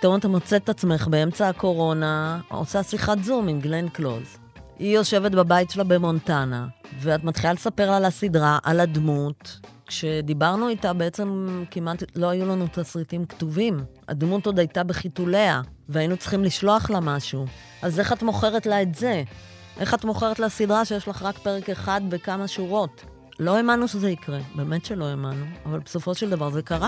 פתאום אתה מוצא את עצמך באמצע הקורונה, עושה שיחת זום עם גלן קלוז. היא יושבת בבית שלה במונטנה, ואת מתחילה לספר לה על הסדרה, על הדמות. כשדיברנו איתה בעצם כמעט לא היו לנו תסריטים כתובים. הדמות עוד הייתה בחיתוליה, והיינו צריכים לשלוח לה משהו. אז איך את מוכרת לה את זה? איך את מוכרת לה סדרה שיש לך רק פרק אחד בכמה שורות? לא האמנו שזה יקרה, באמת שלא האמנו, אבל בסופו של דבר זה קרה.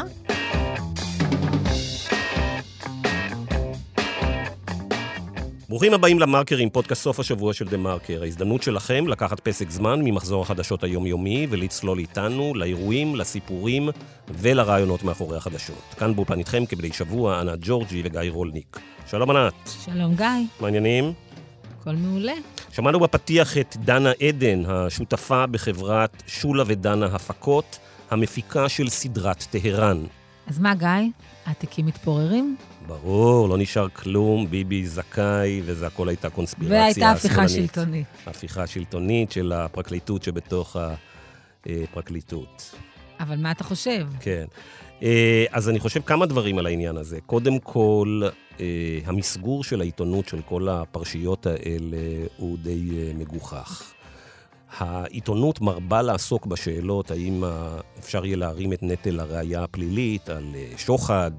ברוכים הבאים למרקרים, פודקאסט סוף השבוע של דה מרקר. ההזדמנות שלכם לקחת פסק זמן ממחזור החדשות היומיומי ולצלול איתנו לאירועים, לסיפורים ולרעיונות מאחורי החדשות. כאן באולפן איתכם כבדי שבוע, ענת ג'ורג'י וגיא רולניק. שלום ענת. שלום גיא. מעניינים? הכל מעולה. שמענו בפתיח את דנה עדן, השותפה בחברת שולה ודנה הפקות, המפיקה של סדרת טהרן. אז מה גיא? התיקים מתפוררים? ברור, לא נשאר כלום, ביבי זכאי, וזה הכל הייתה קונספירציה. והייתה הפיכה שלטונית. הפיכה שלטונית של הפרקליטות שבתוך הפרקליטות. אבל מה אתה חושב? כן. אז אני חושב כמה דברים על העניין הזה. קודם כל, המסגור של העיתונות של כל הפרשיות האלה הוא די מגוחך. העיתונות מרבה לעסוק בשאלות האם אפשר יהיה להרים את נטל הראייה הפלילית על שוחד,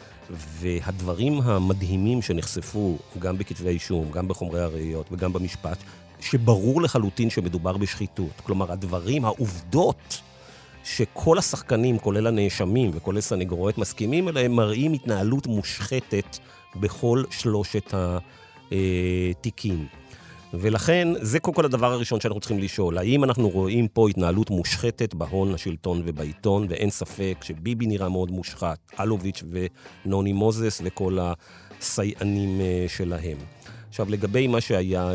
והדברים המדהימים שנחשפו גם בכתבי אישום, גם בחומרי הראיות וגם במשפט, שברור לחלוטין שמדובר בשחיתות. כלומר, הדברים, העובדות שכל השחקנים, כולל הנאשמים וכולל סנגוריות מסכימים עליהם, מראים התנהלות מושחתת בכל שלושת התיקים. ולכן, זה קודם כל הדבר הראשון שאנחנו צריכים לשאול. האם אנחנו רואים פה התנהלות מושחתת בהון, השלטון ובעיתון, ואין ספק שביבי נראה מאוד מושחת, אלוביץ' ונוני מוזס וכל הסייענים שלהם. עכשיו, לגבי מה שהיה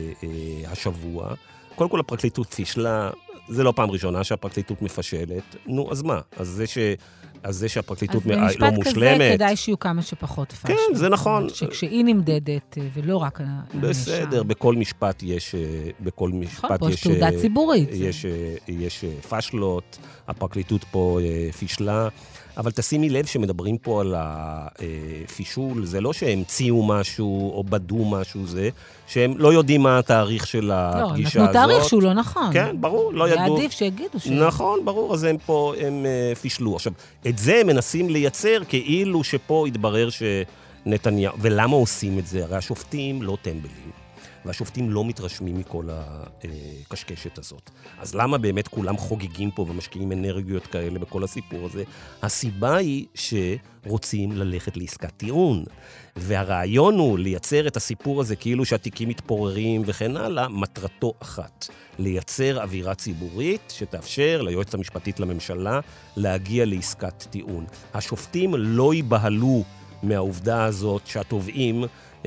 השבוע, קודם כל הפרקליטות פישלה, זה לא פעם ראשונה שהפרקליטות מפשלת. נו, אז מה? אז זה שהפרקליטות לא מושלמת. אז במשפט כזה כדאי שיהיו כמה שפחות פשלות. כן, זה נכון. שכשהיא נמדדת, ולא רק הנאשם. בסדר, בכל משפט יש... נכון, פה יש תעודה ציבורית. יש פשלות, הפרקליטות פה פישלה, אבל תשימי לב שמדברים פה על הפישול, זה לא שהם ציעו משהו או בדו משהו, זה שהם לא יודעים מה התאריך של הפגישה הזאת. לא, נתנו תאריך שהוא לא נכון. כן, ברור, לא ידעו. ועדיף שיגידו ש... נכון, ברור, אז הם פה, הם פישלו. עכשיו, את זה הם מנסים לייצר כאילו שפה יתברר שנתניהו, ולמה עושים את זה? הרי השופטים לא טמבלים. והשופטים לא מתרשמים מכל הקשקשת הזאת. אז למה באמת כולם חוגגים פה ומשקיעים אנרגיות כאלה בכל הסיפור הזה? הסיבה היא שרוצים ללכת לעסקת טיעון. והרעיון הוא לייצר את הסיפור הזה כאילו שהתיקים מתפוררים וכן הלאה, מטרתו אחת. לייצר אווירה ציבורית שתאפשר ליועצת המשפטית לממשלה להגיע לעסקת טיעון. השופטים לא ייבהלו מהעובדה הזאת שהתובעים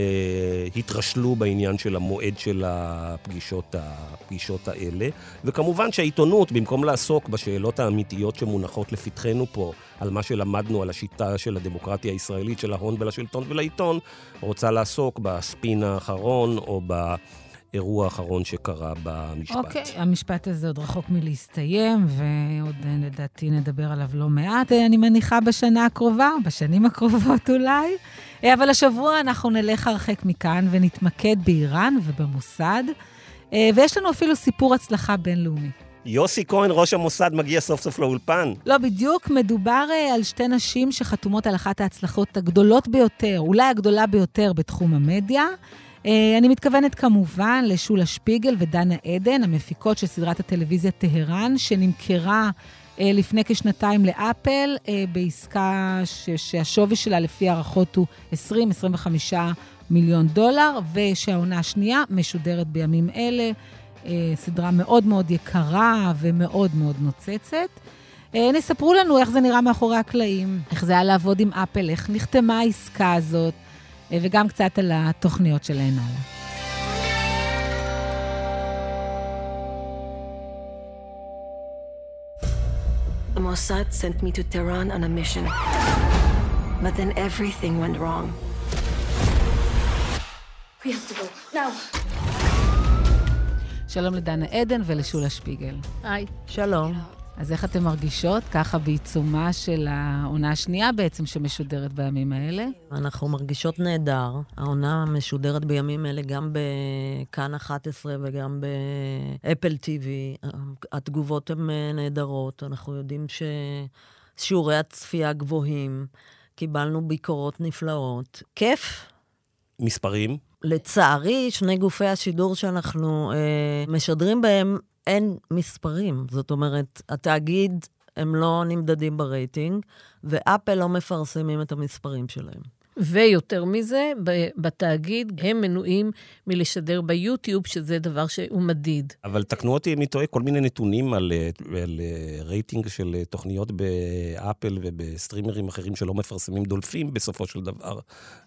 התרשלו בעניין של המועד של הפגישות האלה, וכמובן שהעיתונות, במקום לעסוק בשאלות האמיתיות שמונחות לפתחנו פה, על מה שלמדנו על השיטה של הדמוקרטיה הישראלית, של ההון ולשלטון ולעיתון, רוצה לעסוק בספין האחרון או באירוע האחרון שקרה במשפט. אוקיי, המשפט הזה עוד רחוק מלהסתיים, ועוד לדעתי נדבר עליו לא מעט, אני מניחה בשנה הקרובה, בשנים הקרובות אולי, אבל השבוע אנחנו נלך הרחק מכאן ונתמקד באיראן ובמוסד, ויש לנו אפילו סיפור הצלחה בינלאומי. יוסי כהן, ראש המוסד, מגיע סוף סוף לאולפן. לא בדיוק, מדובר על שתי נשים שחתומות על אחת ההצלחות הגדולות ביותר, אולי הגדולה ביותר בתחום המדיה. אני מתכוונת כמובן לשולה שפיגל ודנה עדן, המפיקות של סדרת הטלוויזיה טהרן, שנמכרה לפני כשנתיים לאפל, בעסקה שהשווי שלה לפי הערכות הוא 20-25 מיליון דולר, ושהעונה השנייה משודרת בימים אלה, סדרה מאוד מאוד יקרה ומאוד מאוד נוצצת. נספרו לנו איך זה נראה מאחורי הקלעים, איך זה היה לעבוד עם אפל, איך נחתמה העסקה הזאת, וגם קצת על התוכניות שלהן הלאה. The Mossad sent me to Tehran on a mission. But then everything went wrong. We have to go, now. שלום לדנה עדן ולשולה שפיגל. היי, שלום. אז איך אתם מרגישות? ככה בעיצומה של העונה השנייה בעצם שמשודרת בימים האלה? אנחנו מרגישות נהדר. העונה משודרת בימים אלה גם בכאן 11 וגם באפל TV. התגובות הן נהדרות. אנחנו יודעים ששיעורי הצפייה גבוהים. קיבלנו ביקורות נפלאות. כיף. מספרים? לצערי, שני גופי השידור שאנחנו משדרים בהם, אין מספרים. זאת אומרת, התאגיד, הם לא נמדדים ברייטינג, ואפל לא מפרסמים את המספרים שלהם. ויותר מזה, בתאגיד הם מנועים מלשדר ביוטיוב, שזה דבר שהוא מדיד. אבל תקנו אותי אם אני טועה, כל מיני נתונים על רייטינג של תוכניות באפל ובסטרימרים אחרים שלא מפרסמים דולפים בסופו של דבר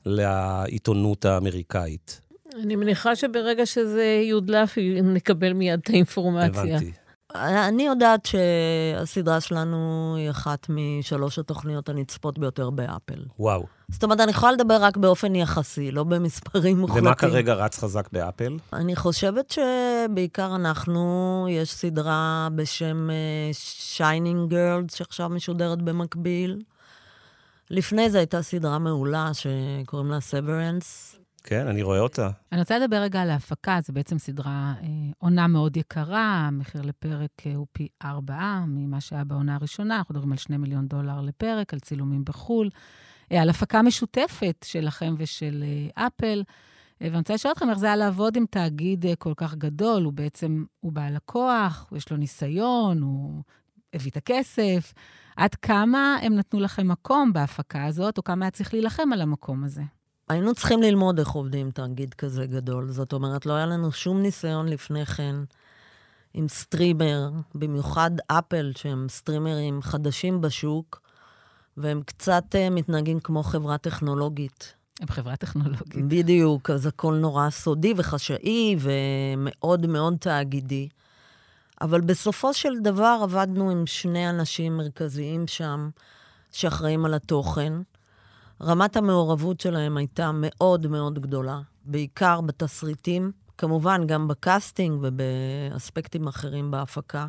לעיתונות האמריקאית. אני מניחה שברגע שזה יודלף, נקבל מיד את האינפורמציה. הבנתי. אני יודעת שהסדרה שלנו היא אחת משלוש התוכניות הנצפות ביותר באפל. וואו. זאת אומרת, אני יכולה לדבר רק באופן יחסי, לא במספרים מוחלטים. ומה כרגע רץ חזק באפל? אני חושבת שבעיקר אנחנו, יש סדרה בשם Shining Girls, שעכשיו משודרת במקביל. לפני זה הייתה סדרה מעולה שקוראים לה Severance. כן, אני רואה אותה. אני רוצה לדבר רגע על ההפקה, זו בעצם סדרה עונה מאוד יקרה, המחיר לפרק הוא פי 4 ממה שהיה בעונה הראשונה, אנחנו מדברים על $2 מיליון לפרק, על צילומים בחול, על הפקה משותפת שלכם ושל אפל, ואני רוצה לשאול אתכם איך זה היה לעבוד עם תאגיד כל כך גדול, הוא בעצם, הוא בעל הכוח, יש לו ניסיון, הוא הביא את הכסף, עד כמה הם נתנו לכם מקום בהפקה הזאת, או כמה היה צריך להילחם על המקום הזה? היינו צריכים ללמוד איך עובדים תאגיד כזה גדול. זאת אומרת, לא היה לנו שום ניסיון לפני כן עם סטרימר, במיוחד אפל, שהם סטרימרים חדשים בשוק, והם קצת מתנהגים כמו חברה טכנולוגית. הם חברה טכנולוגית. בדיוק, אז הכל נורא סודי וחשאי ומאוד מאוד תאגידי. אבל בסופו של דבר עבדנו עם שני אנשים מרכזיים שם, שאחראים על התוכן. רמת המעורבות שלהם הייתה מאוד מאוד גדולה, בעיקר בתסריטים, כמובן גם בקאסטינג ובאספקטים אחרים בהפקה.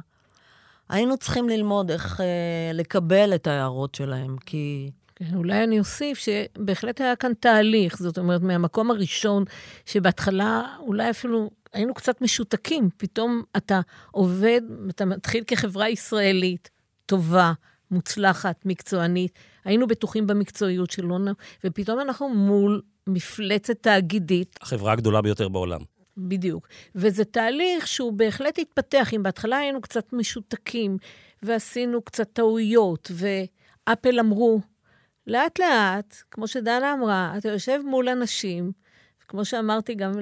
היינו צריכים ללמוד איך לקבל את ההערות שלהם, כי... כן, אולי אני אוסיף שבהחלט היה כאן תהליך, זאת אומרת, מהמקום הראשון, שבהתחלה אולי אפילו היינו קצת משותקים, פתאום אתה עובד, אתה מתחיל כחברה ישראלית, טובה, מוצלחת, מקצוענית, היינו בטוחים במקצועיות שלנו, ופתאום אנחנו מול מפלצת תאגידית. החברה הגדולה ביותר בעולם. בדיוק. וזה תהליך שהוא בהחלט התפתח, אם בהתחלה היינו קצת משותקים, ועשינו קצת טעויות, ואפל אמרו, לאט לאט, כמו שדנה אמרה, אתה יושב מול אנשים, כמו שאמרתי גם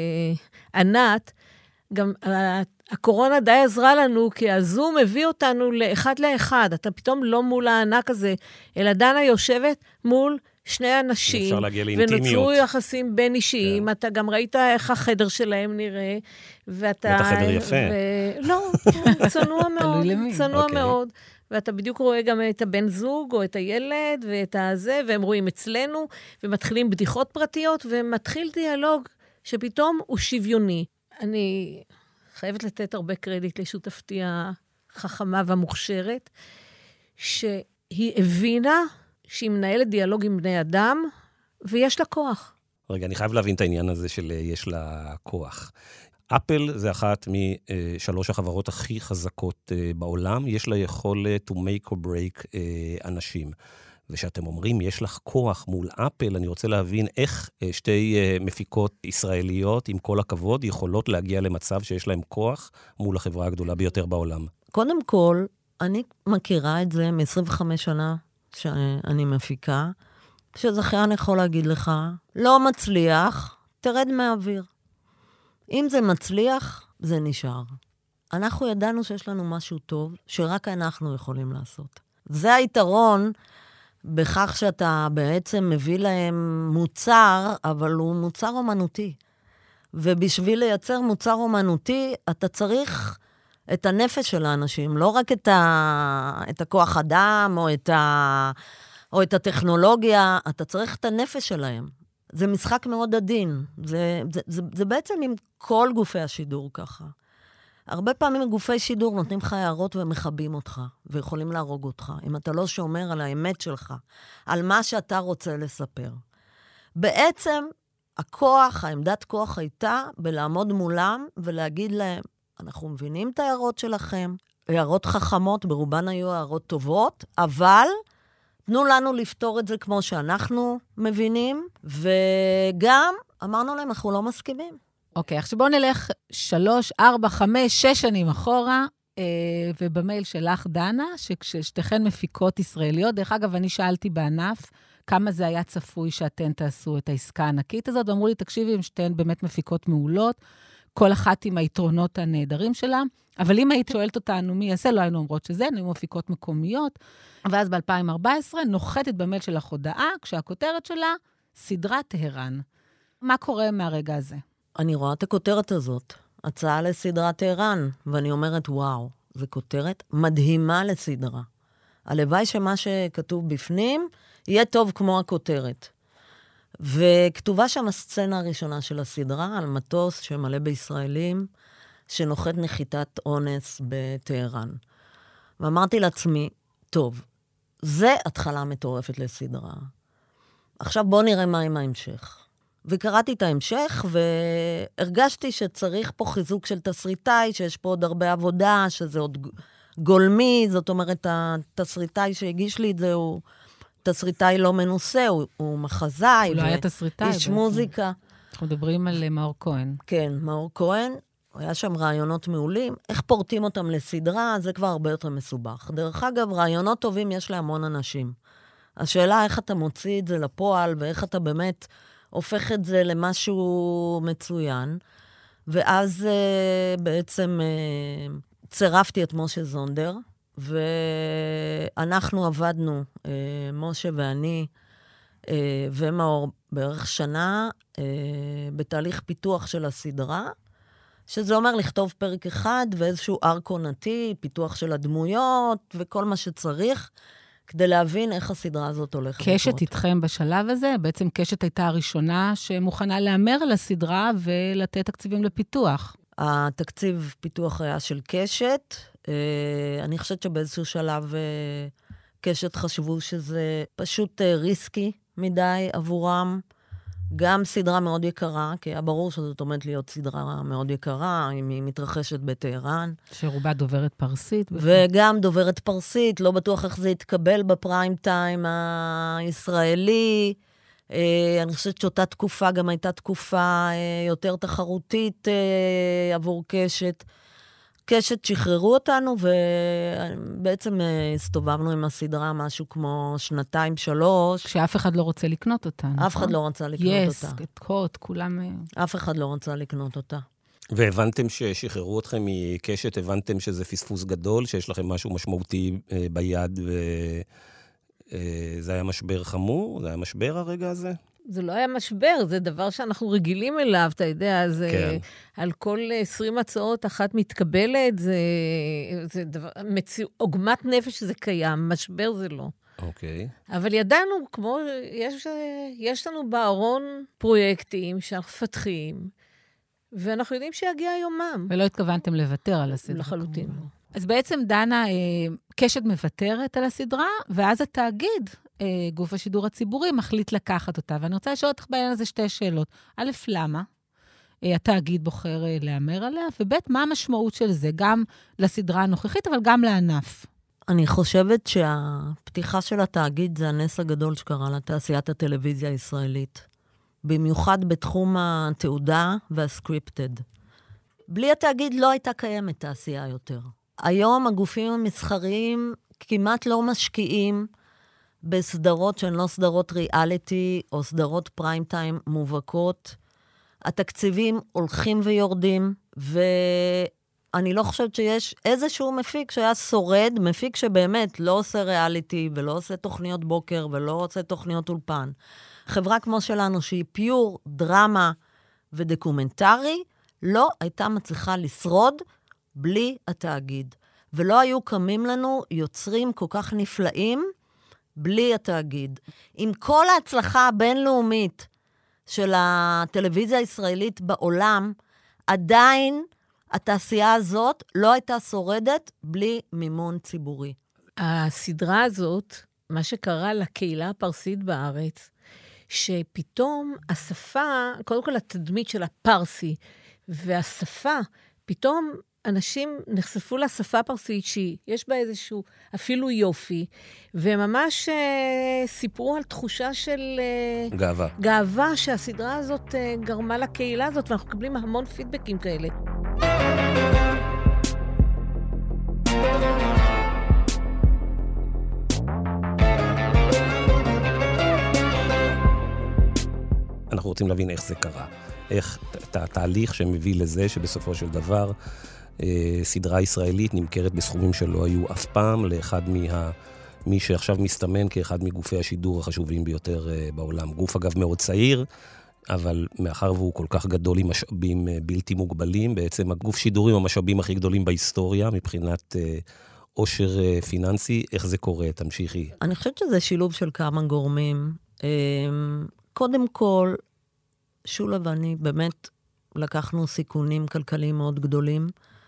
לענת, גם הקורונה די עזרה לנו, כי הזום הביא אותנו לאחד לאחד. אתה פתאום לא מול הענק הזה, אלא דנה יושבת מול שני אנשים. אפשר להגיע לאינטימיות. ונוצרו יחסים בין אישיים. אתה גם ראית איך החדר שלהם נראה. ואתה... בטח חדר יפה. לא, צנוע מאוד. צנוע מאוד. ואתה בדיוק רואה גם את הבן זוג, או את הילד, ואת הזה, והם רואים אצלנו, ומתחילים בדיחות פרטיות, ומתחיל דיאלוג שפתאום הוא שוויוני. אני חייבת לתת הרבה קרדיט לשותפתי החכמה והמוכשרת, שהיא הבינה שהיא מנהלת דיאלוג עם בני אדם, ויש לה כוח. רגע, אני חייב להבין את העניין הזה של יש לה כוח. אפל זה אחת משלוש החברות הכי חזקות בעולם, יש לה יכולת to make or break אנשים. ושאתם אומרים, יש לך כוח מול אפל, אני רוצה להבין איך שתי מפיקות ישראליות, עם כל הכבוד, יכולות להגיע למצב שיש להם כוח מול החברה הגדולה ביותר בעולם. קודם כל, אני מכירה את זה מ-25 שנה שאני מפיקה, שזכיין יכול להגיד לך, לא מצליח, תרד מהאוויר. אם זה מצליח, זה נשאר. אנחנו ידענו שיש לנו משהו טוב, שרק אנחנו יכולים לעשות. זה היתרון בכך שאתה בעצם מביא להם מוצר, אבל הוא מוצר אומנותי. ובשביל לייצר מוצר אומנותי, אתה צריך את הנפש של האנשים, לא רק את הכוח אדם או את הטכנולוגיה, אתה צריך את הנפש שלהם. זה משחק מאוד עדין. זה בעצם עם כל גופי השידור ככה. הרבה פעמים גופי שידור נותנים לך הערות ומחבים אותך, ויכולים להרוג אותך, אם אתה לא שומר על האמת שלך, על מה שאתה רוצה לספר. בעצם, העמדת כוח הייתה בלעמוד מולם ולהגיד להם, אנחנו מבינים את ההערות שלכם, הערות חכמות, ברובן היו הערות טובות, אבל תנו לנו לפתור את זה כמו שאנחנו מבינים, וגם אמרנו להם, אנחנו לא מסכימים. אוקיי, עכשיו בואו נלך 3, 4, 5, 6 שנים אחורה, ובמייל שלך, דנה, שכששתיכן מפיקות ישראליות, דרך אגב, אני שאלתי בענף, כמה זה היה צפוי שאתן תעשו את העסקה הענקית הזאת, ואמרו לי, תקשיבי, אם שתיהן באמת מפיקות מעולות, כל אחת עם היתרונות הנהדרים שלה, אבל אם היית שואלת אותנו מי יעשה, לא היינו אומרות שזה, היינו מפיקות מקומיות, ואז ב-2014 נוחתת במייל שלך הודעה, כשהכותרת שלה, סדרת טהרן. מה קורה מהרגע הזה? אני רואה את הכותרת הזאת, הצעה לסדרת טהרן, ואני אומרת, וואו, זו כותרת מדהימה לסדרה. הלוואי שמה שכתוב בפנים יהיה טוב כמו הכותרת. וכתובה שם הסצנה הראשונה של הסדרה, על מטוס שמלא בישראלים, שנוחת נחיתת אונס בטהרן. ואמרתי לעצמי, טוב, זה התחלה מטורפת עכשיו בואו נראה מה עם ההמשך. וקראתי את ההמשך, והרגשתי שצריך פה חיזוק של תסריטאי, שיש פה עוד הרבה עבודה, שזה עוד גולמי, זאת אומרת, התסריטאי שהגיש לי את זה הוא תסריטאי לא מנוסה, הוא מחזאי. הוא לא היה תסריטאי. איש מוזיקה. אנחנו מדברים על מאור כהן. כן, מאור כהן, היה שם רעיונות מעולים. איך פורטים אותם לסדרה, זה כבר הרבה יותר מסובך. דרך אגב, רעיונות טובים יש להמון אנשים. השאלה איך אתה מוציא את זה לפועל, ואיך אתה באמת הופך את זה למשהו מצוין. ואז בעצם צירפתי את משה זונדר, ואנחנו עבדנו, משה ואני ומאור, בערך שנה, בתהליך פיתוח של הסדרה, שזה אומר לכתוב פרק אחד ואיזשהו ארק עונתי, פיתוח של הדמויות וכל מה שצריך, כדי להבין איך הסדרה הזאת הולכת לקרות. קשת איתכם בשלב הזה? בעצם קשת הייתה הראשונה שמוכנה לאמר על הסדרה ולתת תקציבים לפיתוח. התקציב פיתוח היה של קשת. אני חושבת שבאיזשהו שלב קשת חשבו שזה פשוט ריסקי מדי עבורם. גם סדרה מאוד יקרה, כי היה ברור שזאת עומדת להיות סדרה מאוד יקרה, אם היא מתרחשת בטהרן. שרובה דוברת פרסית. וגם דוברת פרסית, לא בטוח איך זה יתקבל בפריים טיים הישראלי. אני חושבת שאותה תקופה גם הייתה תקופה יותר תחרותית עבור קשת. קשת שחררו אותנו, ובעצם הסתובבנו עם הסדרה משהו כמו 2-3. כשאף אחד לא רוצה לקנות אותה. אף אחד לא רצה לקנות אותה. את קוט, כולם... אף אחד לא רצה לקנות אותה. והבנתם ששחררו אתכם מקשת, הבנתם שזה פספוס גדול, שיש לכם משהו משמעותי ביד, וזה היה משבר חמור? זה היה משבר הרגע הזה? זה לא היה משבר, זה דבר שאנחנו רגילים אליו, אתה יודע, זה כן. על כל 20 הצעות אחת מתקבלת, זה דבר, עוגמת נפש שזה קיים, משבר זה לא. אוקיי. אבל ידענו, כמו, יש לנו בארון פרויקטים שאנחנו מפתחים, ואנחנו יודעים שיגיע יומם. ולא התכוונתם לוותר על הסדרה. לחלוטין. אז בעצם דנה, קשת מוותרת על הסדרה, ואז התאגיד, גוף השידור הציבורי, מחליט לקחת אותה. ואני רוצה לשאול אותך בעניין הזה 2 שאלות. א', למה? התאגיד בוחר לאמר עליה, וב', מה המשמעות של זה? גם לסדרה הנוכחית, אבל גם לענף. אני חושבת שהפתיחה של התאגיד זה הנס הגדול שקרה לתעשיית הטלוויזיה הישראלית. במיוחד בתחום התעודה והסקריפטד. בלי התאגיד לא הייתה קיימת תעשייה יותר. היום הגופים המסחריים כמעט לא משקיעים בסדרות שהן לא סדרות ריאליטי או סדרות פריים טיים מובהקות. התקציבים הולכים ויורדים, ואני לא חושבת שיש איזשהו מפיק שהיה שורד, מפיק שבאמת לא עושה ריאליטי ולא עושה תוכניות בוקר ולא עושה תוכניות אולפן. חברה כמו שלנו שהיא פיור, דרמה ודוקומנטרי, לא הייתה מצליחה לשרוד בלי התאגיד. ולא היו קמים לנו יוצרים כל כך נפלאים בלי התאגיד. עם כל ההצלחה הבינלאומית של הטלוויזיה הישראלית בעולם, עדיין התעשייה הזאת לא הייתה שורדת בלי מימון ציבורי. הסדרה הזאת, מה שקרה לקהילה הפרסית בארץ, שפתאום השפה, קודם כל התדמית של הפרסי, והשפה, פתאום אנשים נחשפו לשפה הפרסית, שיש בה איזשהו אפילו יופי, וממש סיפרו על תחושה של גאווה שהסדרה הזאת גרמה לקהילה הזאת, ואנחנו מקבלים המון פידבקים כאלה. אנחנו רוצים להבין איך זה קרה. איך התהליך שמביא לזה שבסופו של דבר סדרה ישראלית נמכרת בסכומים שלא היו אף פעם לאחד מי שעכשיו מסתמן כאחד מגופי השידור החשובים ביותר בעולם. גוף אגב מאוד צעיר, אבל מאחר והוא כל כך גדול עם משאבים בלתי מוגבלים, בעצם הגוף שידור עם המשאבים הכי גדולים בהיסטוריה מבחינת עושר פיננסי. איך זה קורה? תמשיכי. אני חושבת שזה שילוב של כמה גורמים. קודם כל, שולה ואני באמת לקחנו סיכונים כלכליים מאוד גדולים,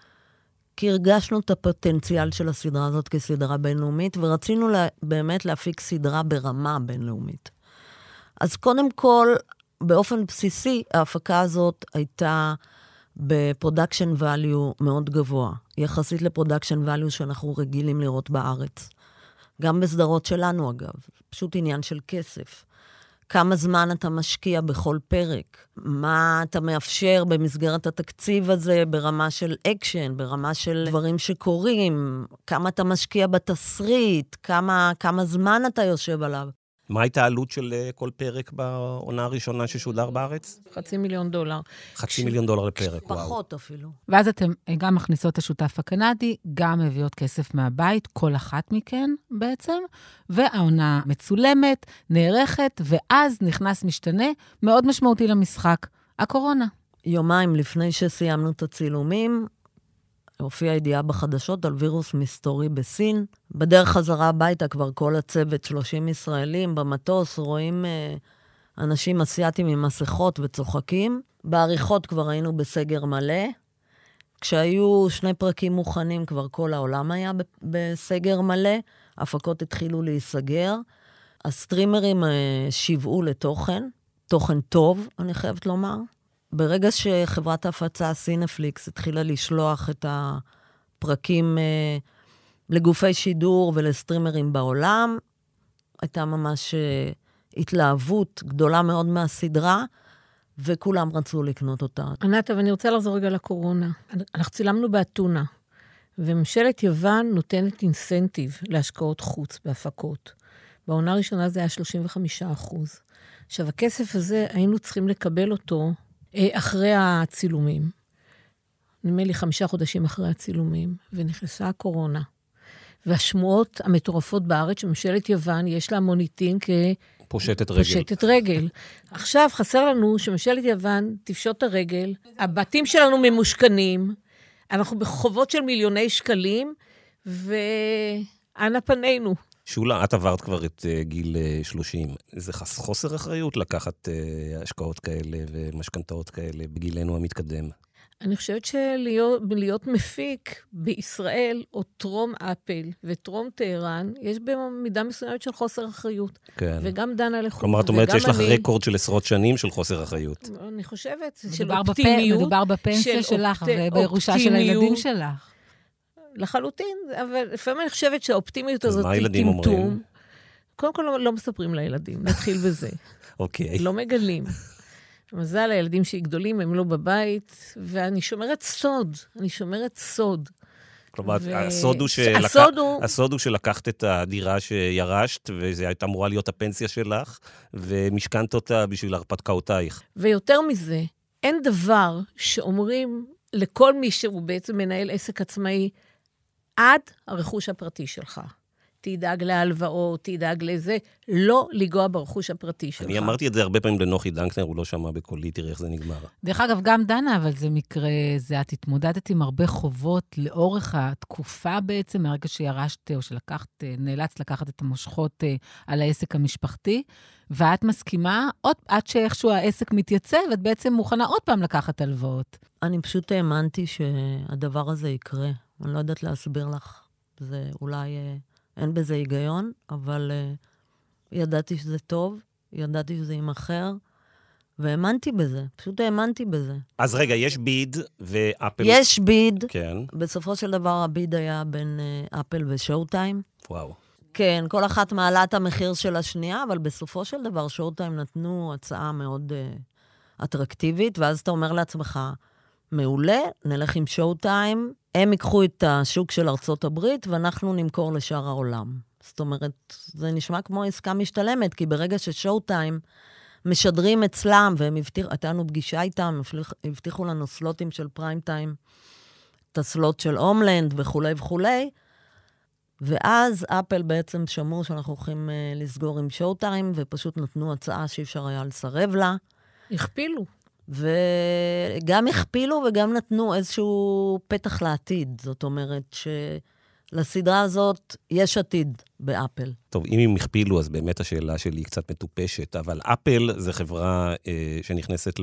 כי הרגשנו את הפוטנציאל של הסדרה הזאת כסדרה בינלאומית, ורצינו באמת להפיק סדרה ברמה בינלאומית. אז קודם כל, באופן בסיסי, ההפקה הזאת הייתה בפרודקשן ואליו מאוד גבוה, יחסית לפרודקשן ואליו שאנחנו רגילים לראות בארץ. גם בסדרות שלנו אגב, פשוט עניין של כסף. כמה זמן אתה משקיע בכל פרק, מה אתה מאפשר במסגרת התקציב הזה ברמה של אקשן, ברמה של דברים שקורים, כמה אתה משקיע בתסריט, כמה זמן אתה יושב עליו. מה הייתה העלות של כל פרק בעונה הראשונה ששודר בארץ? $500,000. $500,000 לפרק, וואו. פחות אפילו. ואז אתם גם מכניסות את השותף הקנדי, גם מביאות כסף מהבית, כל אחת מכן בעצם, והעונה מצולמת, נערכת, ואז נכנס משתנה מאוד משמעותי למשחק, הקורונה. יומיים לפני שסיימנו את הצילומים, הופיעה ידיעה בחדשות על וירוס מסתורי בסין. בדרך חזרה הביתה כבר כל הצוות, 30 ישראלים, במטוס רואים אנשים אסיאטים עם מסכות וצוחקים. בעריכות כבר היינו בסגר מלא. כשהיו 2 פרקים מוכנים, כבר כל העולם היה בסגר מלא. הפקות התחילו להיסגר. הסטרימרים שיוועו לתוכן, תוכן טוב, אני חייבת לומר. ברגע שחברת ההפצה סינפליקס התחילה לשלוח את הפרקים לגופי שידור ולסטרימרים בעולם, הייתה ממש התלהבות גדולה מאוד מהסדרה, וכולם רצו לקנות אותה. ענת, אבל אני רוצה לחזור רגע לקורונה. אנחנו צילמנו באתונה, וממשלת יוון נותנת אינסנטיב להשקעות חוץ בהפקות. בעונה הראשונה זה היה 35%. עכשיו, הכסף הזה היינו צריכים לקבל אותו אחרי הצילומים. נדמה לי 5 חודשים אחרי הצילומים, ונכנסה הקורונה. והשמועות המטורפות בארץ, שממשלת יוון יש לה מוניטין פושטת רגל. עכשיו חסר לנו שממשלת יוון תפשוט הרגל, הבתים שלנו ממושכנים, אנחנו בחובות של מיליוני שקלים, ואנה פנינו. שולה, את עברת כבר את גיל 30. זה חוסר אחריות לקחת השקעות כאלה ומשכנתאות כאלה בגילנו המתקדם. אני חושבת שלהיות מפיק בישראל, או טרום אפל וטרום טהרן, יש במידה מסוימת של חוסר אחריות. כן. וגם דנה לחוק. כלומר, את אומרת שיש לך רקורד של עשרות שנים של חוסר אחריות. אני חושבת של אופטימיות. מדובר בפנסיה שלך ובירושה של הילדים שלך. לחלוטין, אבל לפעמים אני חושבת שהאופטימיות הזאת אז מה הילדים אומרים? קודם כל לא מספרים לילדים, נתחיל בזה. אוקיי. לא מגלים. מזל, הילדים שהיא גדולים, הם לא בבית, ואני שומרת סוד. כלומר, הסוד הוא שלקחת את הדירה שירשת, וזה הייתה אמורה להיות הפנסיה שלך, ומשכנת אותה בשביל הרפתקאותייך. ויותר מזה, אין דבר שאומרים לכל מי שהוא בעצם מנהל עסק עצמאי, עד הרכוש הפרטי שלך. תדאג להלוואות, תדאג לזה, לא לגוע ברכוש הפרטי שלך. אני אמרתי את זה הרבה פעמים לנוחי דנקנר, הוא לא שמע בקולי, תראה איך זה נגמר. דרך אגב, גם דנה, אבל זה מקרה, את התמודדת עם הרבה חובות לאורך התקופה בעצם, מהרגע שירשת או נאלצת לקחת את המושכות על העסק המשפחתי, ואת מסכימה, עד שאיכשהו העסק מתייצב, את בעצם מוכנה עוד פעם לקחת הלוואות. אני פשוט האמנתי שהדבר הזה יקרה. אני לא יודעת להסביר לך. זה אולי אין בזה היגיון, אבל ידעתי שזה טוב, ידעתי שזה יימחר, והאמנתי בזה, פשוט האמנתי בזה. אז רגע, יש ביד ואפל... יש ביד. כן. בסופו של דבר הביד היה בין אפל ושואו-טיים. וואו. כן, כל אחת מעלה את המחיר של השנייה, אבל בסופו של דבר שואו-טיים נתנו הצעה מאוד אטרקטיבית, ואז אתה אומר לעצמך, מעולה, נלך עם שואו-טיים, הם ייקחו את השוק של ארצות הברית, ואנחנו נמכור לשאר העולם. זאת אומרת, זה נשמע כמו עסקה משתלמת, כי ברגע ששואו-טיים משדרים אצלם, והם הייתה לנו פגישה איתם, הבטיחו לנו סלוטים של פריים-טיים, את הסלוט של הומלנד וכו' וכו', ואז אפל בעצם שמעו שאנחנו הולכים לסגור עם שואו-טיים, ופשוט נתנו הצעה שאי אפשר היה לסרב לה. הכפילו. וגם הכפילו וגם נתנו איזשהו פתח לעתיד. זאת אומרת שלסדרה הזאת יש עתיד באפל. טוב, אם הם הכפילו, אז באמת השאלה שלי היא קצת מטופשת, אבל אפל זה חברה שנכנסת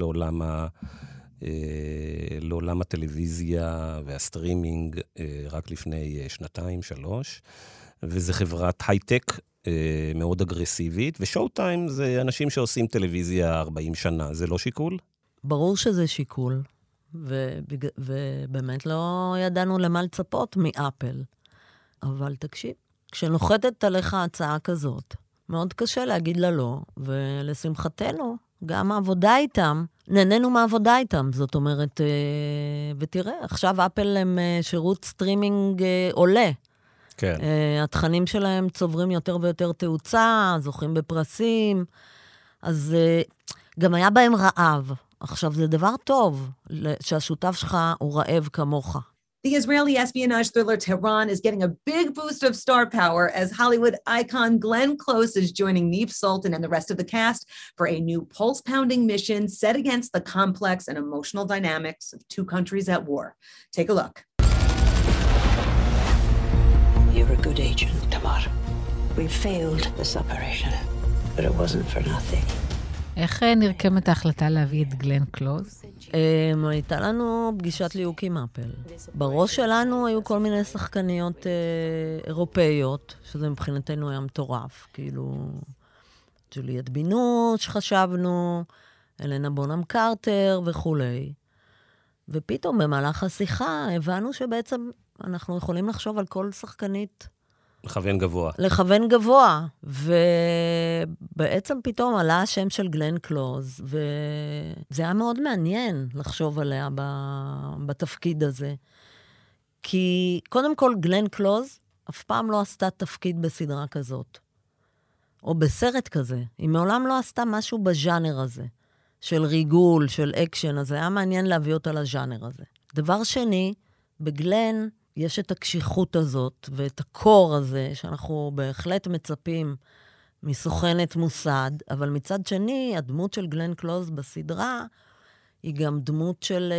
לעולם הטלוויזיה והסטרימינג רק לפני 2-3, וזו חברת הייטק מאוד אגרסיבית, ושואו-טיים זה אנשים שעושים טלוויזיה 40 שנה, זה לא שיקול? ברור שזה שיקול, ובאמת לא ידענו למה לצפות מאפל. אבל תקשיב, כשנוחתת עליך הצעה כזאת, מאוד קשה להגיד לה לא, ולשמחתנו, גם העבודה איתם, נהנינו מהעבודה איתם, זאת אומרת, ותראה, עכשיו אפל הם שירות סטרימינג עולה. כן. התכנים שלהם צוברים יותר ויותר תאוצה, זוכים בפרסים, אז גם היה בהם רעב. עכשיו, זה דבר טוב שהשותף שלך הוא רעב כמוך. The Israeli espionage thriller Tehran is getting a big boost of star power as Hollywood icon Glenn Close is joining Neve Sultan and the rest of the cast for a new pulse-pounding mission set against the complex and emotional dynamics of two countries at war. Take a look. You're a good agent, Tamar. We failed this operation, but it wasn't for nothing. איך נרקמת ההחלטה להביא את גלן קלוז? הייתה לנו פגישת ליהוק עם אפל. בראש שלנו היו כל מיני שחקניות אירופאיות, שזה מבחינתנו היה מטורף. כאילו, ג'וליאט בינוש חשבנו, אלנה בונם קרטר וכו'. ופתאום במהלך השיחה הבנו שבעצם אנחנו יכולים לחשוב על כל שחקנית לכוון גבוה. לכוון גבוה, ובעצם פתאום עלה השם של גלן קלוז, וזה היה מאוד מעניין לחשוב עליה בתפקיד הזה. כי קודם כל גלן קלוז אף פעם לא עשתה תפקיד בסדרה כזאת, או בסרט כזה. היא מעולם לא עשתה משהו בז'אנר הזה, של ריגול, של אקשן, אז היה מעניין להביא אותה לז'אנר הזה. דבר שני, בגלן יש את הקשיחות הזאת ואת הקור הזה, שאנחנו בהחלט מצפים מסוכנת מוסד, אבל מצד שני, הדמות של גלן קלוז בסדרה, היא גם דמות של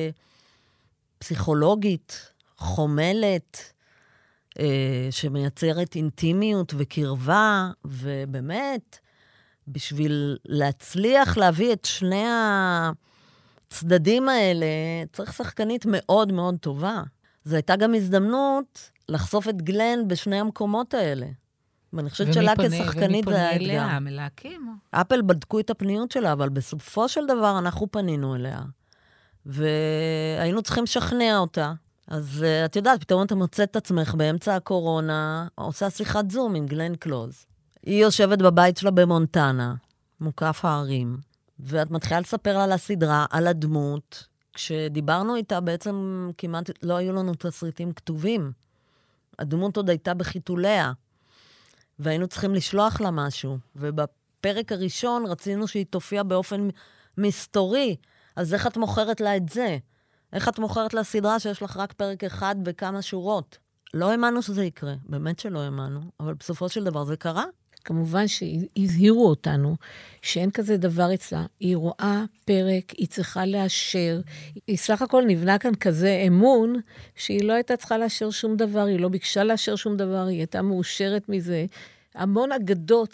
פסיכולוגית, חומלת, שמייצרת אינטימיות וקרבה, ובאמת, בשביל להצליח להביא את שני הצדדים האלה, צריך שחקנית מאוד מאוד טובה. זו הייתה גם הזדמנות לחשוף את גלן בשני המקומות האלה. ואני חושבת שלה כשחקנית זה היה אתגר. אליה, מלהקים? אפל בדקו את הפניות שלה, אבל בסופו של דבר אנחנו פנינו אליה. והיינו צריכים לשכנע אותה. אז את יודעת, פתאום אתה מוצא את עצמך באמצע הקורונה, עושה שיחת זום עם גלן קלוז. היא יושבת בבית שלה במונטנה, מוקף הערים, ואת מתחילה לספר לה על הסדרה, על הדמות, כשדיברנו איתה בעצם כמעט לא היו לנו תסריטים כתובים. הדמות עוד הייתה בחיתוליה, והיינו צריכים לשלוח לה משהו. ובפרק הראשון רצינו שהיא תופיע באופן מסתורי. אז איך את מוכרת לה את זה? איך את מוכרת לה סדרה שיש לך רק פרק אחד וכמה שורות? לא האמנו שזה יקרה, באמת שלא האמנו, אבל בסופו של דבר זה קרה. כמובן שהזהירו אותנו שאין כזה דבר אצלה. היא רואה פרק, היא צריכה לאשר. היא סך הכל נבנה כאן כזה אמון, שהיא לא הייתה צריכה לאשר שום דבר, היא לא ביקשה לאשר שום דבר, היא הייתה מאושרת מזה. המון אגדות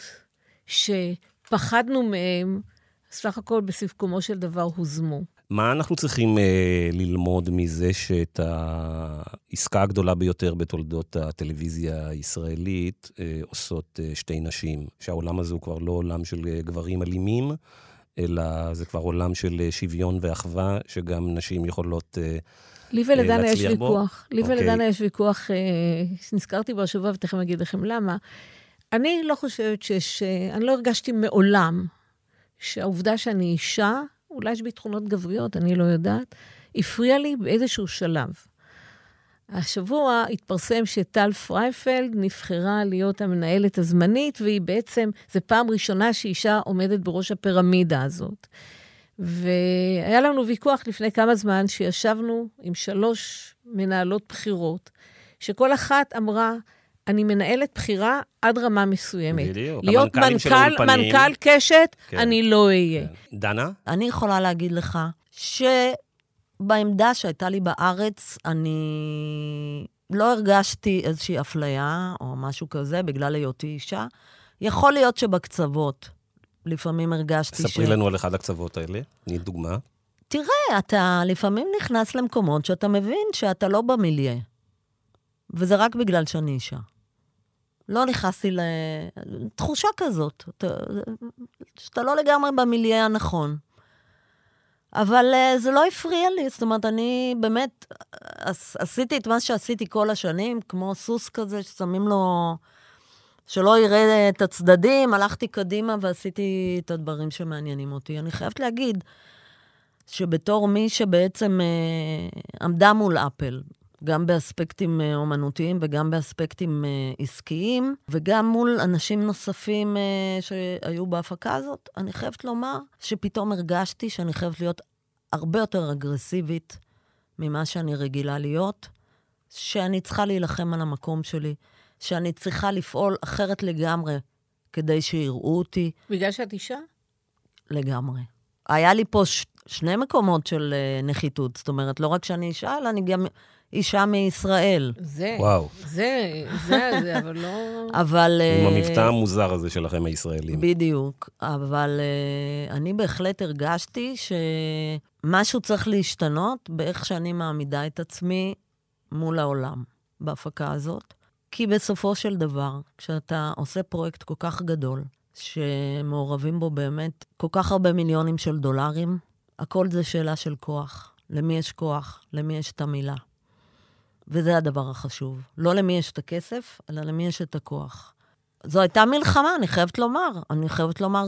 שפחדנו מהם, סך הכל בסיכומו של דבר הוזמו. מה אנחנו צריכים ללמוד מזה שאת העסקה הגדולה ביותר בתולדות הטלוויזיה הישראלית עושות שתי נשים? שהעולם הזה הוא כבר לא עולם של גברים אלימים, אלא זה כבר עולם של שוויון ואחווה, שגם נשים יכולות לי ולדנה יש להצליח בו. ויכוח. לי ולדנה יש ויכוח, שנזכרתי בו השבוע, ותכף אגיד לכם למה. אני לא חושבת אני לא הרגשתי מעולם שהעובדה שאני אישה, אולי יש בי תכונות גבריות, אני לא יודעת, הפריע לי באיזשהו שלב. השבוע התפרסם שטל פרייפלד נבחרה להיות המנהלת הזמנית, והיא בעצם, זו פעם ראשונה שאישה עומדת בראש הפירמידה הזאת. והיה לנו ויכוח לפני כמה זמן, שישבנו עם 3 מנהלות בחירות, שכל אחת אמרה, אני מנהלת בחירה עד רמה מסוימת. בדיוק. להיות מנכ"ל קשת, כן. אני לא אהיה. כן. דנה? אני יכולה להגיד לך שבעמדה שהייתה לי בארץ, אני לא הרגשתי איזושהי אפליה או משהו כזה בגלל היותי אישה. יכול להיות שבקצוות, לפעמים הרגשתי ספרי לנו על אחד הקצוות האלה, תני דוגמה. תראה, אתה לפעמים נכנס למקומות שאתה מבין שאתה לא במיליה. וזה רק בגלל שאני אישה. לא נכנסתי לתחושה כזאת, שאתה לא לגמרי במיליה הנכון. אבל זה לא הפריע לי, זאת אומרת, אני באמת עשיתי את מה שעשיתי כל השנים, כמו סוס כזה ששמים לו, שלא יראה את הצדדים, הלכתי קדימה ועשיתי את הדברים שמעניינים אותי. אני חייבת להגיד שבתור מי שבעצם עמדה מול אפל, גם באספקטים אומנותיים וגם באספקטים עסקיים, וגם מול אנשים נוספים שהיו בהפקה הזאת, אני חייבת לומר שפתאום הרגשתי שאני חייבת להיות הרבה יותר אגרסיבית ממה שאני רגילה להיות, שאני צריכה להילחם על המקום שלי, שאני צריכה לפעול אחרת לגמרי כדי שיראו אותי. בגלל שאת אישה? לגמרי. היה לי פה 2 מקומות של נחיתות, זאת אומרת, לא רק שאני אישה, אלא אני גם אישה מישראל. וואו. זה, אבל לא... אבל... עם המבטא המוזר הזה שלכם הישראלים. בדיוק. אבל אני בהחלט הרגשתי שמשהו צריך להשתנות באיך שאני מעמידה את עצמי מול העולם בהפקה הזאת. כי בסופו של דבר, כשאתה עושה פרויקט כל כך גדול, שמעורבים בו באמת כל כך הרבה מיליונים של דולרים, הכל זה שאלה של כוח. למי יש כוח? למי יש את המילה? וזה הדבר החשוב. לא למי יש את הכסף, אלא למי יש את הכוח. זו הייתה מלחמה, אני חייבת לומר. אני חייבת לומר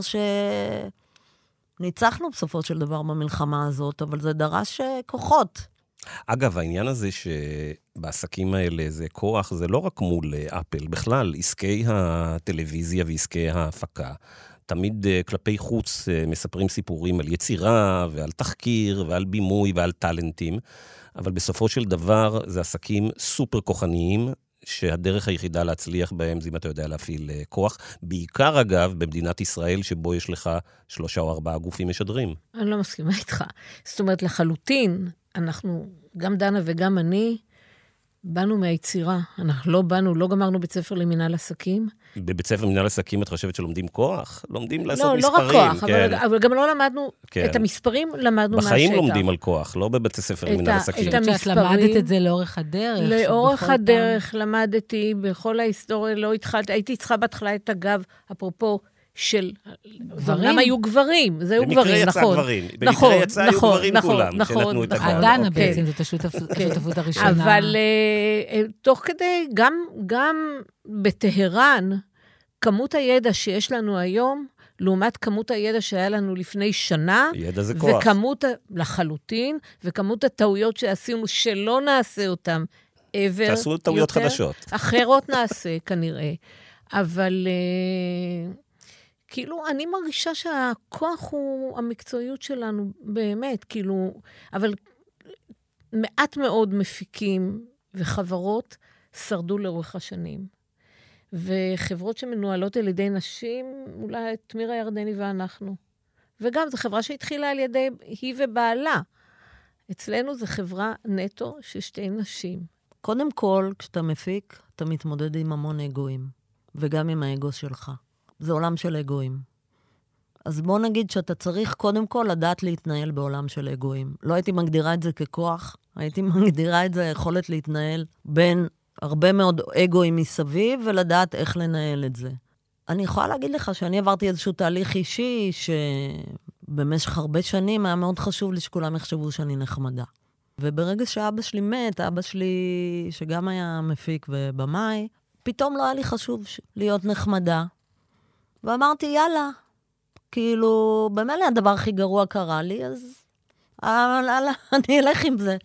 שניצחנו בסופו של דבר במלחמה הזאת, אבל זה דרש כוחות. אגב, העניין הזה שבעסקים האלה זה כוח, זה לא רק מול אפל. בכלל, עסקי הטלוויזיה ועסקי ההפקה, תמיד כלפי חוץ מספרים סיפורים על יצירה ועל תחקיר ועל בימוי ועל טלנטים, אבל בסופו של דבר זה עסקים סופר כוחניים, שהדרך היחידה להצליח בהם זה אם אתה יודע להפעיל כוח. בעיקר אגב במדינת ישראל שבו יש לך 3 או 4 גופים משדרים. אני לא מסכימה איתך. זאת אומרת, לחלוטין, אנחנו, גם דנה וגם אני, באנו מהיצירה. אנחנו לא גמרנו בית ספר למנהל עסקים. בבית ספר למנהל עסקים את חושבת שלומדים כוח? לומדים לעשות מספרים. לא רק כוח, כן. אבל גם לא למדנו, כן. את המספרים למדנו מהשטח. בחיים לומדים על כוח, לא בבית ספר למנהל עסקים. את המספרים. את למדת את זה לאורך הדרך. לאורך הדרך למדתי, בכל ההיסטוריה לא התחלתי, הייתי צריכה בהתחלה את הגב, אפרופו, של גברים. למה היו גברים? זה היו גברים, נכון. במקרה יצא היו גברים כולם, שנתנו את הגב. הדנה בעצם, זאת השותפות הראשונה. אבל תוך כדי, גם בטהרן, כמות הידע שיש לנו היום, לעומת כמות הידע שהיה לנו לפני שנה, ידע זה כוח. לחלוטין, וכמות הטעויות שעשינו שלא נעשה אותם ever. תעשו טעויות חדשות. אחרות נעשה כנראה. אבל... כאילו, אני מרגישה שהכוח הוא המקצועיות שלנו, באמת, כאילו, אבל מעט מאוד מפיקים וחברות שרדו לאורך השנים. וחברות שמנוהלות על ידי נשים, אולי את מירה ירדני ואנחנו. וגם זו חברה שהתחילה על ידי היא ובעלה. אצלנו זו חברה נטו של שתי נשים. קודם כל, כשאתה מפיק, אתה מתמודד עם המון אגואים, וגם עם האגו שלך. זה עולם של אגואים. אז בוא נגיד שאתה צריך קודם כל לדעת להתנהל בעולם של אגואים. לא הייתי מגדירה את זה ככוח, הייתי מגדירה את זה יכולת להתנהל בין הרבה מאוד אגואים מסביב, ולדעת איך לנהל את זה. אני יכולה להגיד לך שאני עברתי איזשהו תהליך אישי, שבמשך הרבה שנים היה מאוד חשוב לי שכולם יחשבו שאני נחמדה. וברגע שאבא שלי מת, אבא שלי, שגם היה מפיק ובמאי, פתאום לא היה לי חשוב להיות נחמדה. ואמרתי, יאללה, כאילו, במילא הדבר הכי גרוע קרה לי, אז אני אלך עם זה.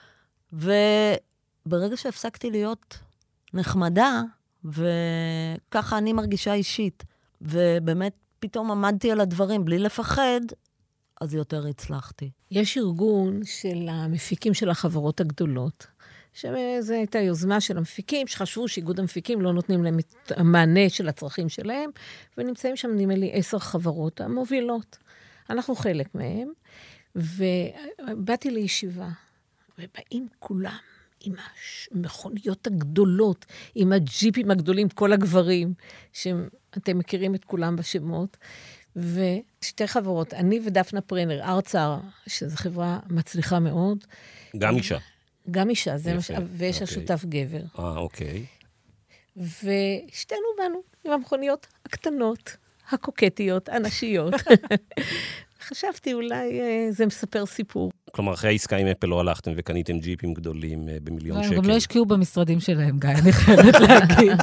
וברגע שהפסקתי להיות נחמדה, וככה אני מרגישה אישית, ובאמת פתאום עמדתי על הדברים בלי לפחד, אז יותר הצלחתי. יש ארגון של המפיקים של החברות הגדולות, שזו הייתה יוזמה של המפיקים, שחשבו שאיגוד המפיקים לא נותנים להם את המענה של הצרכים שלהם, ונמצאים שם נדמה לי 10 חברות המובילות. אנחנו חלק מהם, ובאתי לישיבה, ובאים כולם עם המכוניות הגדולות, עם הג'יפים הגדולים, כל הגברים, שאתם מכירים את כולם בשמות, ושתי חברות, אני ודפנה פרנר, ארצר, שזו חברה מצליחה מאוד. גם אישה. גם אישה, זה ויש השותף גבר. אוקיי. ושתינו באנו עם המכוניות הקטנות, הקוקטיות, הנשיות. חשבתי, אולי זה מספר סיפור. כלומר, אחרי העסקה עם אפל לא הלכתם וקניתם ג'יפים גדולים במיליון שקל. גם לא השקיעו במשרדים שלהם, גיא, אני חייבת להגיד.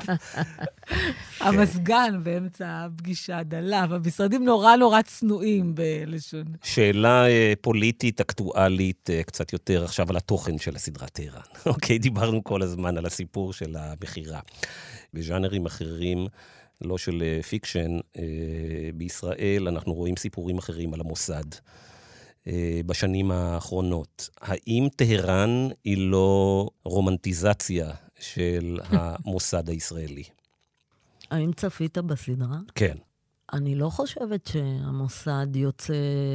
המסגן באמצע הפגישה דלה, והמשרדים נורא צנועים בלשון. שאלה פוליטית, אקטואלית, קצת יותר עכשיו על התוכן של הסדרה טהרן. אוקיי, דיברנו כל הזמן על הסיפור של המחירה. בז'אנרים אחרים, לא של פיקשן, בישראל אנחנו רואים סיפורים אחרים על המוסד. בשנים האחרונות. האם טהרן היא לא רומנטיזציה של המוסד הישראלי? האם צפית בסדרה? כן. אני לא חושבת שהמוסד יוצא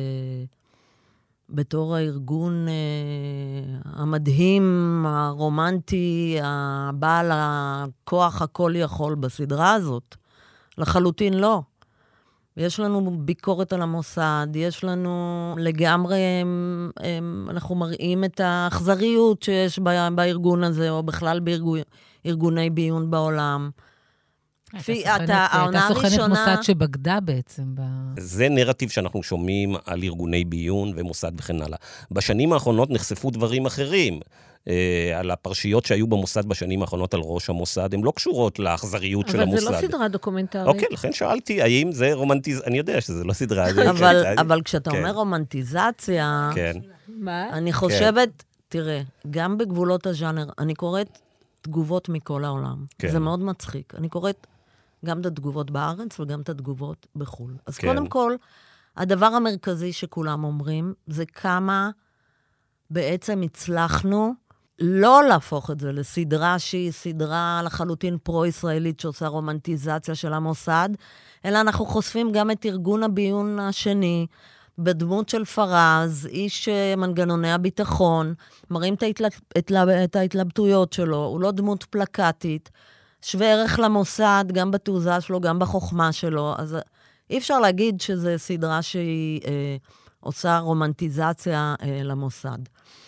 בתור הארגון המדהים, הרומנטי, הבעל הכוח הכל יכול בסדרה הזאת. לחלוטין לא. יש לנו ביקורת על המוסד, יש לנו לגמרי, אנחנו מראים את האכזריות שיש בארגון הזה, או בכלל בארגוני ביון בעולם. הייתה סוכנת מוסד שבגדה בעצם. זה נרטיב שאנחנו שומעים על ארגוני ביון ומוסד וכן הלאה. בשנים האחרונות נחשפו דברים אחרים. על הפרשיות שהיו במוסד בשנים האחרונות על ראש המוסד, הן לא קשורות לאכזריות של המוסד. אבל זה לא סדרה דוקומנטרית. אוקיי, לכן שאלתי, האם זה רומנטיזציה? אני יודע שזה לא סדרה. אבל כשאתה אומר רומנטיזציה, אני חושבת, תראה, גם בגבולות הז'אנר, אני קוראת תגובות מכל העולם. זה מאוד מצחיק. אני קוראת גם את התגובות בארץ וגם את התגובות בחו"ל. אז קודם כל, הדבר המרכזי שכולם אומרים, זה כמה בעצם הצלחנו לא להפוך את זה לסדרה שהיא סדרה לחלוטין פרו-ישראלית שעושה רומנטיזציה של המוסד, אלא אנחנו חושפים גם את ארגון הביון השני, בדמות של פרז, איש מנגנוני הביטחון, מראים את ההתלבטויות שלו, הוא לא דמות פלקטית, שווה ערך למוסד, גם בתעוזה שלו, גם בחוכמה שלו, אז אי אפשר להגיד שזו סדרה שהיא עושה רומנטיזציה למוסד.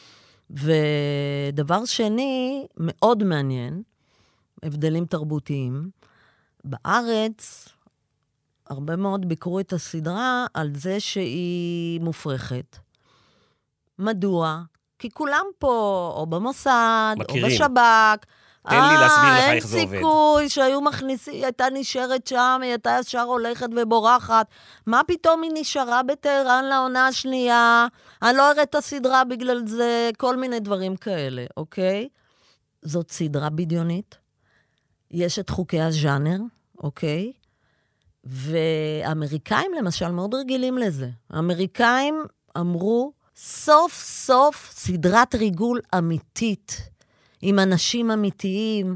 ודבר שני, מאוד מעניין, הבדלים תרבותיים, בארץ, הרבה מאוד ביקרו את הסדרה על זה שהיא מופרכת. מדוע? כי כולם פה, או במוסד, מכירים. או בשב"כ, תן לי להסביר לך איך זה עובד. אין סיכוי שהיו מכניסים, היא הייתה נשארת שם, היא הייתה ישר הולכת ובורחת. מה פתאום היא נשארה בטהרן לעונה השנייה? אני לא אראה את הסדרה בגלל זה, כל מיני דברים כאלה, אוקיי? זאת סדרה בדיונית. יש את חוקי הז'אנר, אוקיי? והאמריקאים למשל מאוד רגילים לזה. האמריקאים אמרו, סוף סוף סדרת ריגול אמיתית, עם אנשים אמיתיים,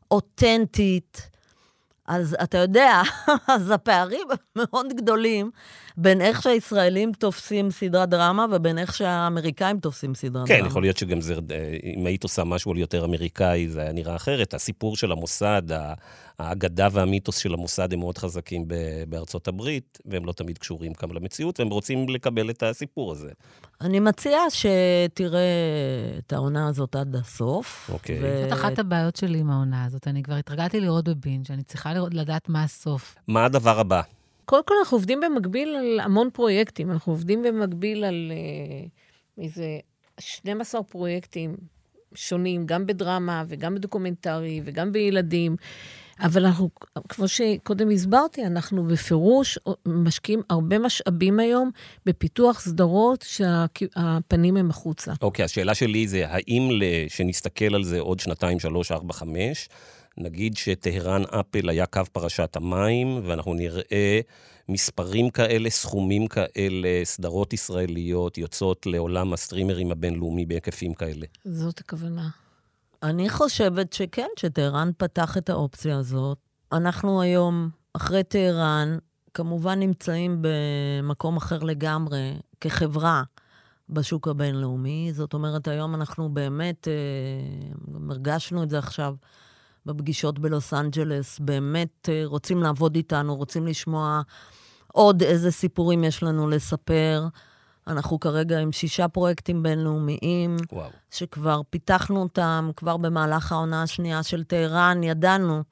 אותנטית. אז אתה יודע, אז הפערים מאוד גדולים בין איך שהישראלים תופסים סדרת דרמה, ובין איך שהאמריקאים תופסים סדרת דרמה. כן, יכול להיות שגם זה, אם היית עושה משהו על יותר אמריקאי, זה היה נראה אחרת. הסיפור של המוסד, האגדה והמיתוס של המוסד הם מאוד חזקים בארצות הברית, והם לא תמיד קשורים כמה למציאות, והם רוצים לקבל את הסיפור הזה. אני מציעה שתראה את העונה הזאת עד הסוף. אוקיי. זאת אחת הבעיות שלי עם העונה הזאת. אני כבר התרגלתי לראות בבינג', אני צריכה לדעת מה הסוף. מה הדבר הבא? קודם כל, אנחנו עובדים במקביל על המון פרויקטים. אנחנו עובדים במקביל על איזה 12 פרויקטים שונים, גם בדרמה וגם בדוקומנטרי וגם בילדים. אבל אנחנו, כמו שקודם הסברתי, אנחנו בפירוש משקיעים הרבה משאבים היום בפיתוח סדרות שהפנים הם החוצה. אוקיי, השאלה שלי זה, האם שנסתכל על זה עוד 2, 3, 4, 5, נגיד שטהרן אפל היה קו פרשת המים, ואנחנו נראה מספרים כאלה, סכומים כאלה, סדרות ישראליות יוצאות לעולם הסטרימרים הבינלאומי בהיקפים כאלה. זאת הכוונה. אני חושבת שכן, שטהרן פתח את האופציה הזאת. אנחנו היום, אחרי טהרן, כמובן נמצאים במקום אחר לגמרי, כחברה, בשוק הבינלאומי. זאת אומרת, היום אנחנו באמת, הרגשנו את זה עכשיו, בפגישות בלוס אנג'לס, באמת רוצים לעבוד איתנו, רוצים לשמוע עוד איזה סיפורים יש לנו לספר. אנחנו כרגע עם 6 פרויקטים בינלאומיים, וואו. שכבר פיתחנו אותם, כבר במהלך העונה השנייה של טהרן, ידענו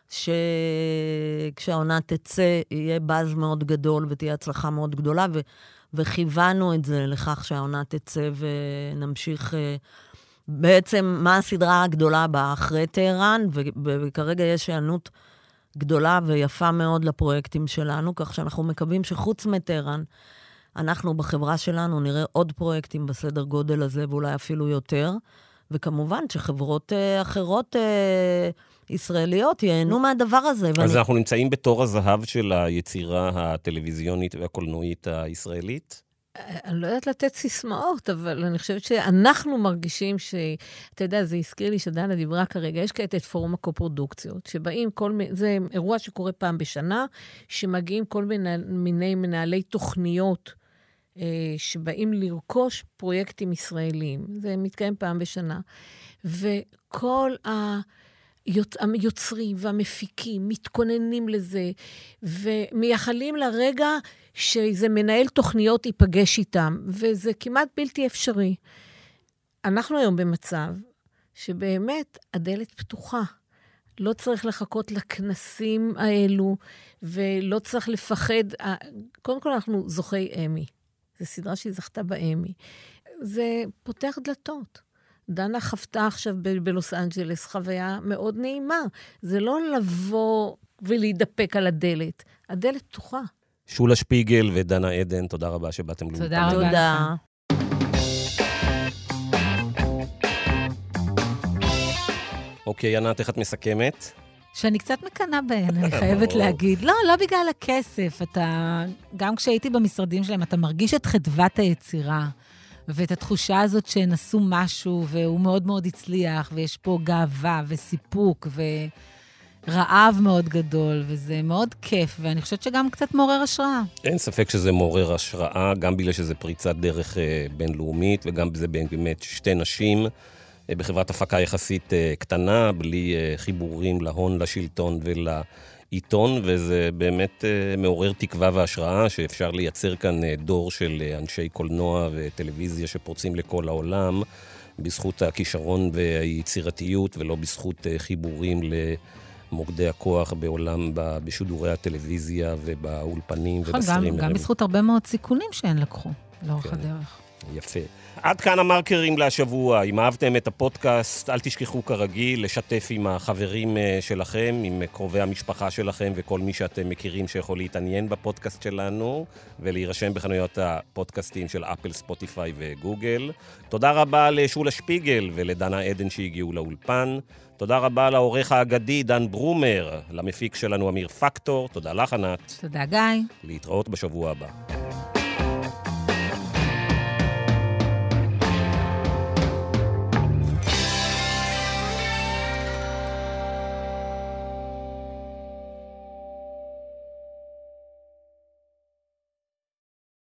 שכשהעונה תצא, יהיה באז מאוד גדול ותהיה הצלחה מאוד גדולה, וכיוונו את זה לכך שהעונה תצא ונמשיך בעצם מה הסדרה הגדולה הבאה אחרי טהרן, וכרגע יש הענות גדולה ויפה מאוד לפרויקטים שלנו, כך שאנחנו מקווים שחוץ מטהרן, אנחנו בחברה שלנו נראה עוד פרויקטים בסדר גודל הזה, ואולי אפילו יותר, וכמובן שחברות אחרות ישראליות ייהנו מהדבר הזה. אז אנחנו נמצאים בתור הזהב של היצירה הטלוויזיונית והקולנועית הישראלית? אני לא יודעת לתת סיסמאות, אבל אני חושבת שאנחנו מרגישים אתה יודע, זה הזכיר לי שדנה דיברה כרגע, יש כעת את פורום הקופרודוקציות, שבאים זה אירוע שקורה פעם בשנה, שמגיעים כל מיני מנהלי תוכניות, שבאים לרכוש פרויקטים ישראלים. זה מתקיים פעם בשנה. וכל היוצרים והמפיקים מתכוננים לזה, ומייחלים לרגע שזה מנהל תוכניות ייפגש איתם, וזה כמעט בלתי אפשרי. אנחנו היום במצב שבאמת הדלת פתוחה. לא צריך לחכות לכנסים האלו, ולא צריך לפחד. קודם כל אנחנו זוכי אמי. זו סדרה שהיא זכתה באמי. זה פותח דלתות. דנה חוותה עכשיו בלוס אנג'לס חוויה מאוד נעימה. זה לא לבוא ולהידפק על הדלת. הדלת פתוחה. שולה שפיגל ודנה עדן, תודה רבה שבאתם לאולפן. תודה רבה. תודה. אוקיי, ענת, איך את מסכמת? שאני קצת מקנה בהן, אני חייבת להגיד. לא בגלל הכסף. גם כשהייתי במשרדים שלהם, אתה מרגיש את חדוות היצירה, ואת התחושה הזאת שנסו משהו, והוא מאוד מאוד הצליח, ויש פה גאווה וסיפוק, ורעב מאוד גדול, וזה מאוד כיף, ואני חושבת שגם קצת מעורר השראה. אין ספק שזה מעורר השראה, גם בגלל שזה פריצת דרך בינלאומית, וגם בזה באמת 2 נשים, בחברת הפקה יחסית קטנה, בלי חיבורים להון, לשלטון ולעיתון, וזה באמת מעורר תקווה והשראה, שאפשר לייצר כאן דור של אנשי קולנוע וטלוויזיה שפורצים לכל העולם, בזכות הכישרון והיצירתיות, ולא בזכות חיבורים למוקדי הכוח בעולם, בשידורי הטלוויזיה ובאולפנים ובסטרימרים. גם בזכות הרבה מאוד סיכונים שהן לקחו לאורך הדרך. יפה. עד כאן המרקרים להשבוע. אם אהבתם את הפודקאסט, אל תשכחו כרגיל לשתף עם החברים שלכם, עם קרובי המשפחה שלכם וכל מי שאתם מכירים שיכול להתעניין בפודקאסט שלנו, ולהירשם בחנויות הפודקאסטים של אפל, ספוטיפיי וגוגל. תודה רבה לשולה שפיגל ולדנה עדן שהגיעו לאולפן. תודה רבה לעורך האגדי דן ברומר, למפיק שלנו אמיר פקטור. תודה לך, ענת. תודה, גיא. להתראות בשבוע הבא.